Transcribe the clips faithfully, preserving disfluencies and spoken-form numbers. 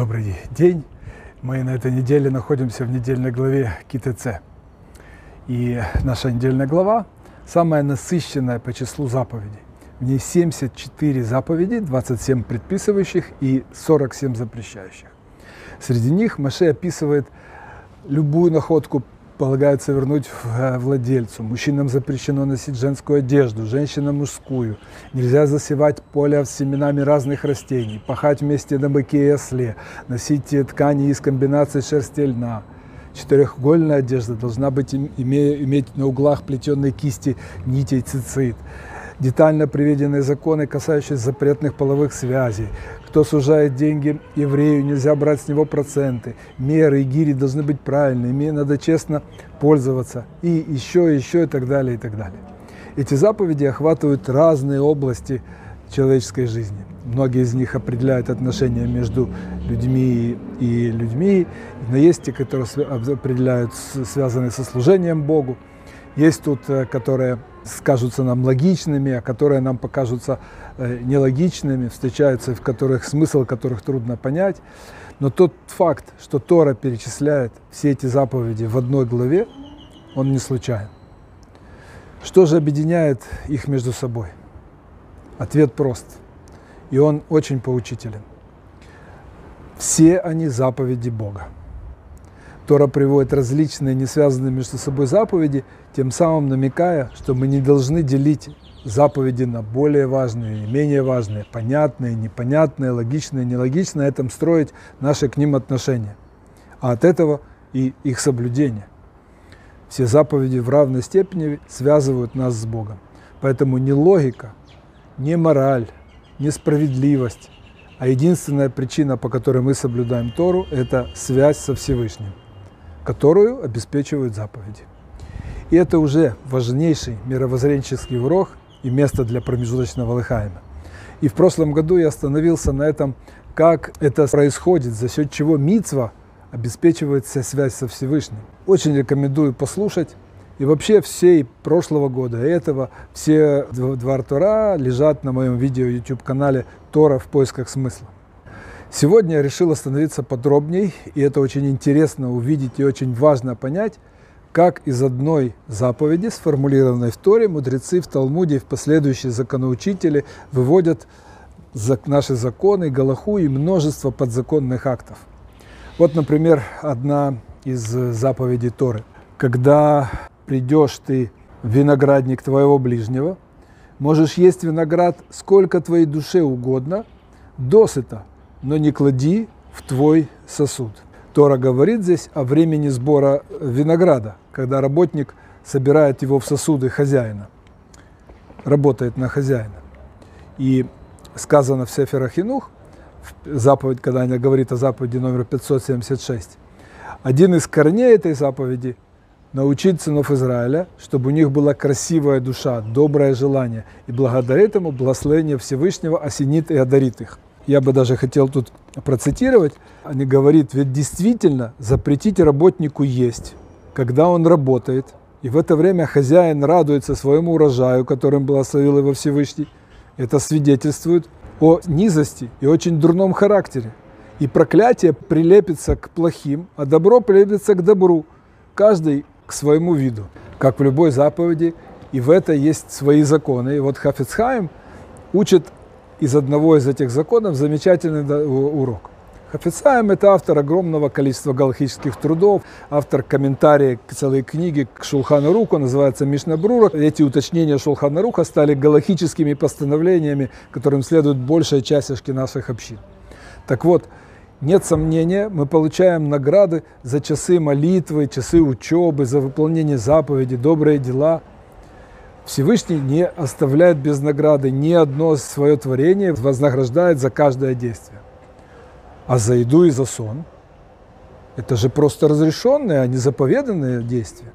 Добрый день. Мы на этой неделе находимся в недельной главе Ки Тэ Цэ. И наша недельная глава самая насыщенная по числу заповедей. В ней семьдесят четыре заповеди, двадцать семь предписывающих и сорок семь запрещающих. Среди них Моше описывает: любую находку полагается вернуть владельцу, мужчинам запрещено носить женскую одежду, женщинам мужскую, нельзя засевать поле с семенами разных растений, пахать вместе на быке и осле, носить ткани из комбинации шерсти и льна. Четырехугольная одежда должна быть, иметь на углах плетеной кисти нитей цицит. Детально приведенные законы, касающиеся запретных половых связей. Кто сужает деньги еврею, нельзя брать с него проценты. Меры и гири должны быть правильными, надо честно пользоваться. И еще, еще, и так далее, и так далее. Эти заповеди охватывают разные области человеческой жизни. Многие из них определяют отношения между людьми и людьми, но есть те, которые определяют, связанные со служением Богу. Есть тут, которые скажутся нам логичными, а которые нам покажутся нелогичными, встречаются, в которых смысл которых трудно понять. Но тот факт, что Тора перечисляет все эти заповеди в одной главе, он не случайен. Что же объединяет их между собой? Ответ прост, и он очень поучителен. Все они заповеди Бога. Тора приводит различные, не связанные между собой заповеди, тем самым намекая, что мы не должны делить заповеди на более важные и менее важные, понятные, непонятные, логичные, нелогичные, на этом строить наши к ним отношения, а от этого и их соблюдение. Все заповеди в равной степени связывают нас с Богом. Поэтому не логика, не мораль, не справедливость, а единственная причина, по которой мы соблюдаем Тору, это связь со Всевышним, которую обеспечивают заповеди. И это уже важнейший мировоззренческий урок и место для промежуточного лехаима. И в прошлом году я остановился на этом, как это происходит, за счет чего мицва обеспечивает связь со Всевышним. Очень рекомендую послушать. И вообще всей прошлого года и этого все Двар Тора лежат на моем видео YouTube-канале «Тора в поисках смысла». Сегодня я решил остановиться подробней, и это очень интересно увидеть и очень важно понять, как из одной заповеди, сформулированной в Торе, мудрецы в Талмуде и в последующие законоучители выводят наши законы, галаху и множество подзаконных актов. Вот, например, одна из заповедей Торы. Когда придешь ты в виноградник твоего ближнего, можешь есть виноград сколько твоей душе угодно, досыта, но не клади в твой сосуд. Тора говорит здесь о времени сбора винограда, когда работник собирает его в сосуды хозяина, работает на хозяина. И сказано в Сефер Хинух, заповедь, когда она говорит о заповеди номер пятьсот семьдесят шесть, один из корней этой заповеди – научить сынов Израиля, чтобы у них была красивая душа, доброе желание, и благодаря этому благословение Всевышнего осенит и одарит их. Я бы даже хотел тут процитировать. Они говорят: ведь действительно запретить работнику есть, когда он работает, и в это время хозяин радуется своему урожаю, которым благословил его Всевышний. Это свидетельствует о низости и очень дурном характере. И проклятие прилепится к плохим, а добро прилепится к добру, каждый к своему виду, как в любой заповеди, и в это есть свои законы. И вот Хафец Хаим учит из одного из этих законов замечательный урок. Хафец Хаим – это автор огромного количества галахических трудов, автор комментария к целой книге к Шулхан Аруху, называется Мишна Брура. Эти уточнения Шулхан Аруха стали галахическими постановлениями, которым следует большая часть ашкеназских общин. Так вот, нет сомнения, мы получаем награды за часы молитвы, часы учебы, за выполнение заповедей, добрые дела. Всевышний не оставляет без награды ни одно свое творение, вознаграждает за каждое действие. А за еду и за сон – это же просто разрешенные, а не заповеданные действия.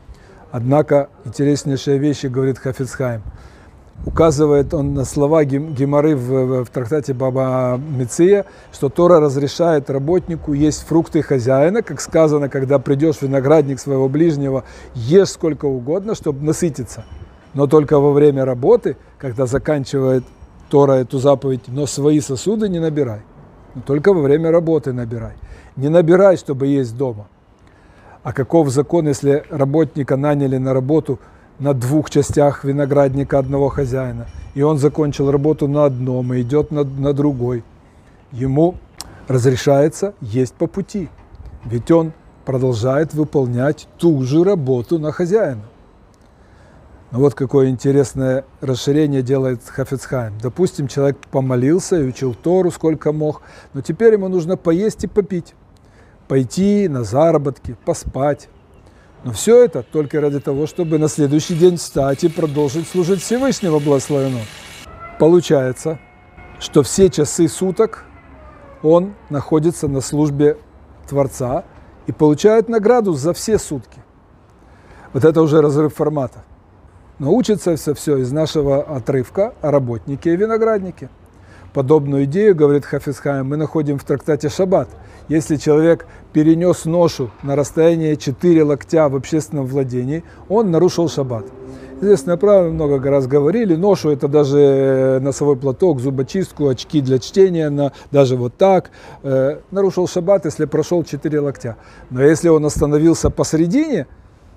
Однако интереснейшие вещи говорит Хафец Хаим. Указывает он на слова Гемары в, в трактате Баба Меция, что Тора разрешает работнику есть фрукты хозяина, как сказано, когда придешь в виноградник своего ближнего, ешь сколько угодно, чтобы насытиться. Но только во время работы, когда заканчивает Тора эту заповедь, но свои сосуды не набирай. но только во время работы набирай. Не набирай, чтобы есть дома. А каков закон, если работника наняли на работу на двух частях виноградника одного хозяина, и он закончил работу на одном и идет на, на другой? Ему разрешается есть по пути, ведь он продолжает выполнять ту же работу на хозяина. Ну вот какое интересное расширение делает Хафец Хаим. Допустим, человек помолился и учил Тору сколько мог, но теперь ему нужно поесть и попить, пойти на заработки, поспать. Но все это только ради того, чтобы на следующий день встать и продолжить служить Всевышнему благословенному. Получается, что все часы суток он находится на службе Творца и получает награду за все сутки. Вот это уже разрыв формата. Но учится все, все из нашего отрывка о работнике и винограднике. Подобную идею, говорит Хафец Хаим, мы находим в трактате Шаббат. Если человек перенес ношу на расстояние четыре локтя в общественном владении, он нарушил Шаббат. Известно правило, много раз говорили, ношу это даже носовой платок, зубочистку, очки для чтения, на, даже вот так. Э, нарушил Шаббат, если прошел четыре локтя. Но если он остановился посередине,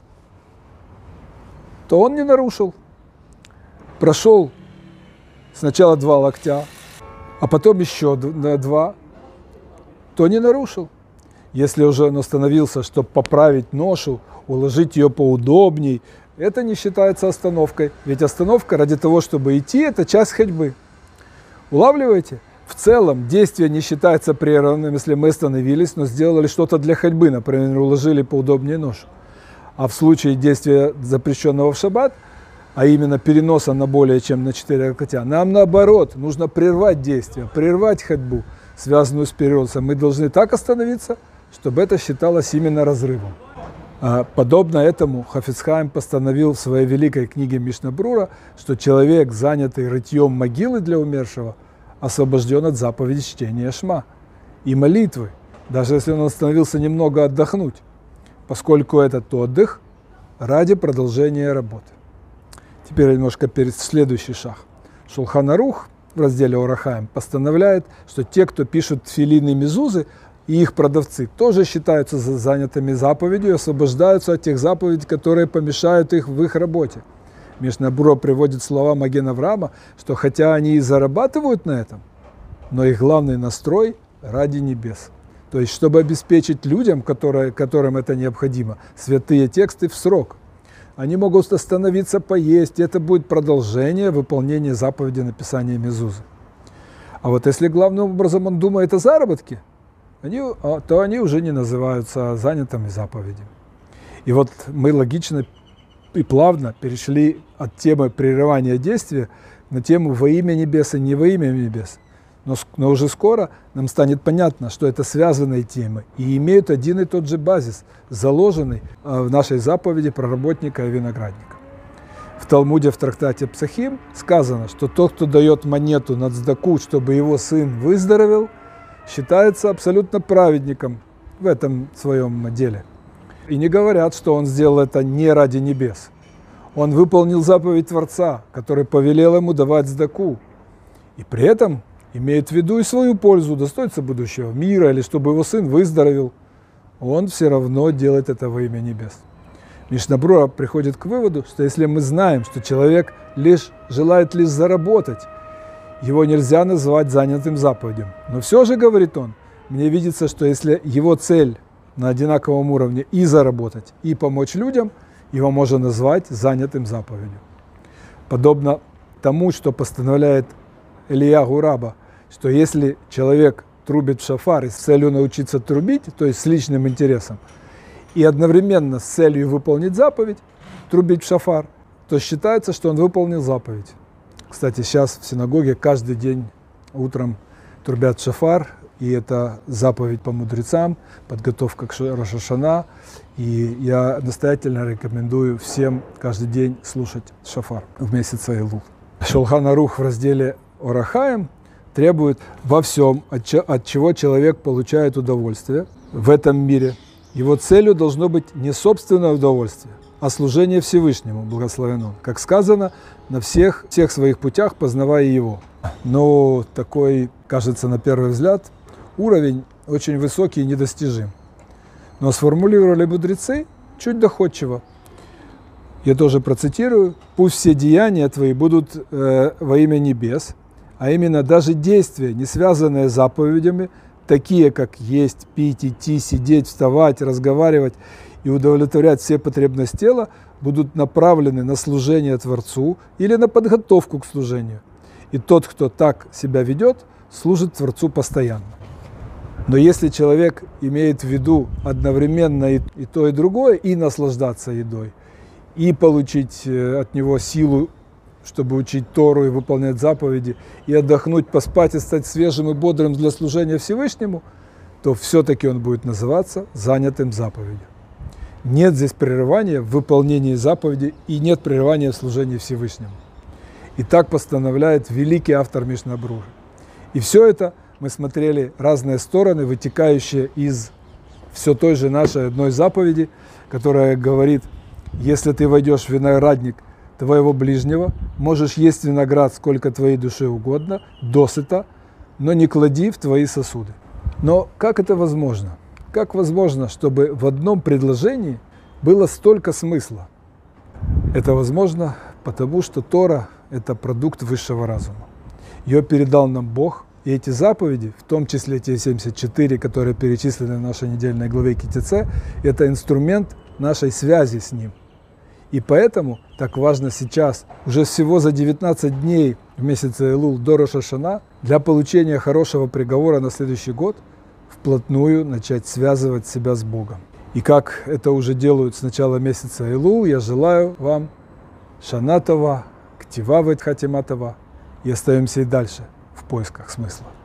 то он не нарушил. Прошел сначала два локтя, а потом еще два, то не нарушил. Если уже он остановился, чтобы поправить ношу, уложить ее поудобней, это не считается остановкой. Ведь остановка ради того, чтобы идти, это часть ходьбы. Улавливаете? В целом действие не считается прерванным, если мы остановились, но сделали что-то для ходьбы, например, уложили поудобнее ношу. А в случае действия, запрещенного в шаббат, а именно переноса на более чем на четыре локтя, нам наоборот, нужно прервать действие, прервать ходьбу, связанную с переносом. Мы должны так остановиться, чтобы это считалось именно разрывом. А подобно этому Хафец Хаим постановил в своей великой книге Мишна Брура, что человек, занятый рытьем могилы для умершего, освобожден от заповеди чтения Шма и молитвы, даже если он остановился немного отдохнуть, поскольку этот отдых ради продолжения работы. Теперь немножко перед следующий шаг. Шулхан Арух в разделе Ор Хаим постановляет, что те, кто пишут тфилин и мезузы, и их продавцы тоже считаются занятыми заповедью и освобождаются от тех заповедей, которые помешают их в их работе. Мишна Брура приводит слова Маген Авраама, что хотя они и зарабатывают на этом, но их главный настрой ради небес. То есть, чтобы обеспечить людям, которые, которым это необходимо, святые тексты в срок. Они могут остановиться поесть, и это будет продолжение выполнения заповеди написания мезузы. А вот если главным образом он думает о заработке, они, то они уже не называются занятыми заповедями. И вот мы логично и плавно перешли от темы прерывания действия на тему во имя небес и не во имя небес. Но, но уже скоро нам станет понятно, что это связанные темы и имеют один и тот же базис, заложенный в нашей заповеди про работника и виноградника. В Талмуде в трактате Псахим сказано, что тот, кто дает монету на цдаку, чтобы его сын выздоровел, считается абсолютно праведником в этом своем деле. И не говорят, что он сделал это не ради небес. Он выполнил заповедь Творца, который повелел ему давать цдаку. И при этом имеет в виду и свою пользу, достоинство будущего мира, или чтобы его сын выздоровел. Он все равно делает это во имя небес. Мишна Брура приходит к выводу, что если мы знаем, что человек лишь желает лишь заработать, его нельзя называть занятым заповедью. Но все же, говорит он, мне видится, что если его цель на одинаковом уровне и заработать, и помочь людям, его можно назвать занятым заповедью. Подобно тому, что постановляет Элияху раба, что если человек трубит в шафар с целью научиться трубить, то есть с личным интересом, и одновременно с целью выполнить заповедь, трубить в шафар, то считается, что он выполнил заповедь. Кстати, сейчас в синагоге каждый день утром трубят в шафар, и это заповедь по мудрецам, подготовка к Рош ха-Шана, и я настоятельно рекомендую всем каждый день слушать шафар в месяц Элул. Шулхан Арух в разделе Ор Хаим требует во всем, от чего человек получает удовольствие в этом мире. Его целью должно быть не собственное удовольствие, а служение Всевышнему, благословен он. Как сказано, на всех, всех своих путях познавая его. Но такой, кажется, на первый взгляд, уровень очень высокий и недостижим. Но сформулировали мудрецы чуть доходчиво. Я тоже процитирую. «Пусть все деяния твои будут э, во имя небес, а именно даже действия, не связанные с заповедями, такие как есть, пить, идти, сидеть, вставать, разговаривать и удовлетворять все потребности тела, будут направлены на служение Творцу или на подготовку к служению. И тот, кто так себя ведет, служит Творцу постоянно». Но если человек имеет в виду одновременно и, и то, и другое, и наслаждаться едой, и получить от него силу, чтобы учить Тору и выполнять заповеди, и отдохнуть, поспать и стать свежим и бодрым для служения Всевышнему, то все-таки он будет называться занятым заповедью. Нет здесь прерывания в выполнении заповеди и нет прерывания в служении Всевышнему. И так постановляет великий автор Мишна Брура. И все это мы смотрели разные стороны, вытекающие из все той же нашей одной заповеди, которая говорит: если ты войдешь в виноградник твоего ближнего, можешь есть виноград сколько твоей душе угодно, досыта, но не клади в твои сосуды. Но как это возможно? Как возможно, чтобы в одном предложении было столько смысла? Это возможно потому, что Тора – это продукт высшего разума. Ее передал нам Бог, и эти заповеди, в том числе те семьдесят четыре, которые перечислены в нашей недельной главе Ки-Тейцэ, это инструмент нашей связи с Ним. И поэтому так важно сейчас, уже всего за девятнадцать дней в месяце Элул до Рош ха-Шана, для получения хорошего приговора на следующий год, вплотную начать связывать себя с Богом. И как это уже делают с начала месяца Элул, я желаю вам Шана Това, Ктива Вейт Хатима Това, и остаемся и дальше в поисках смысла.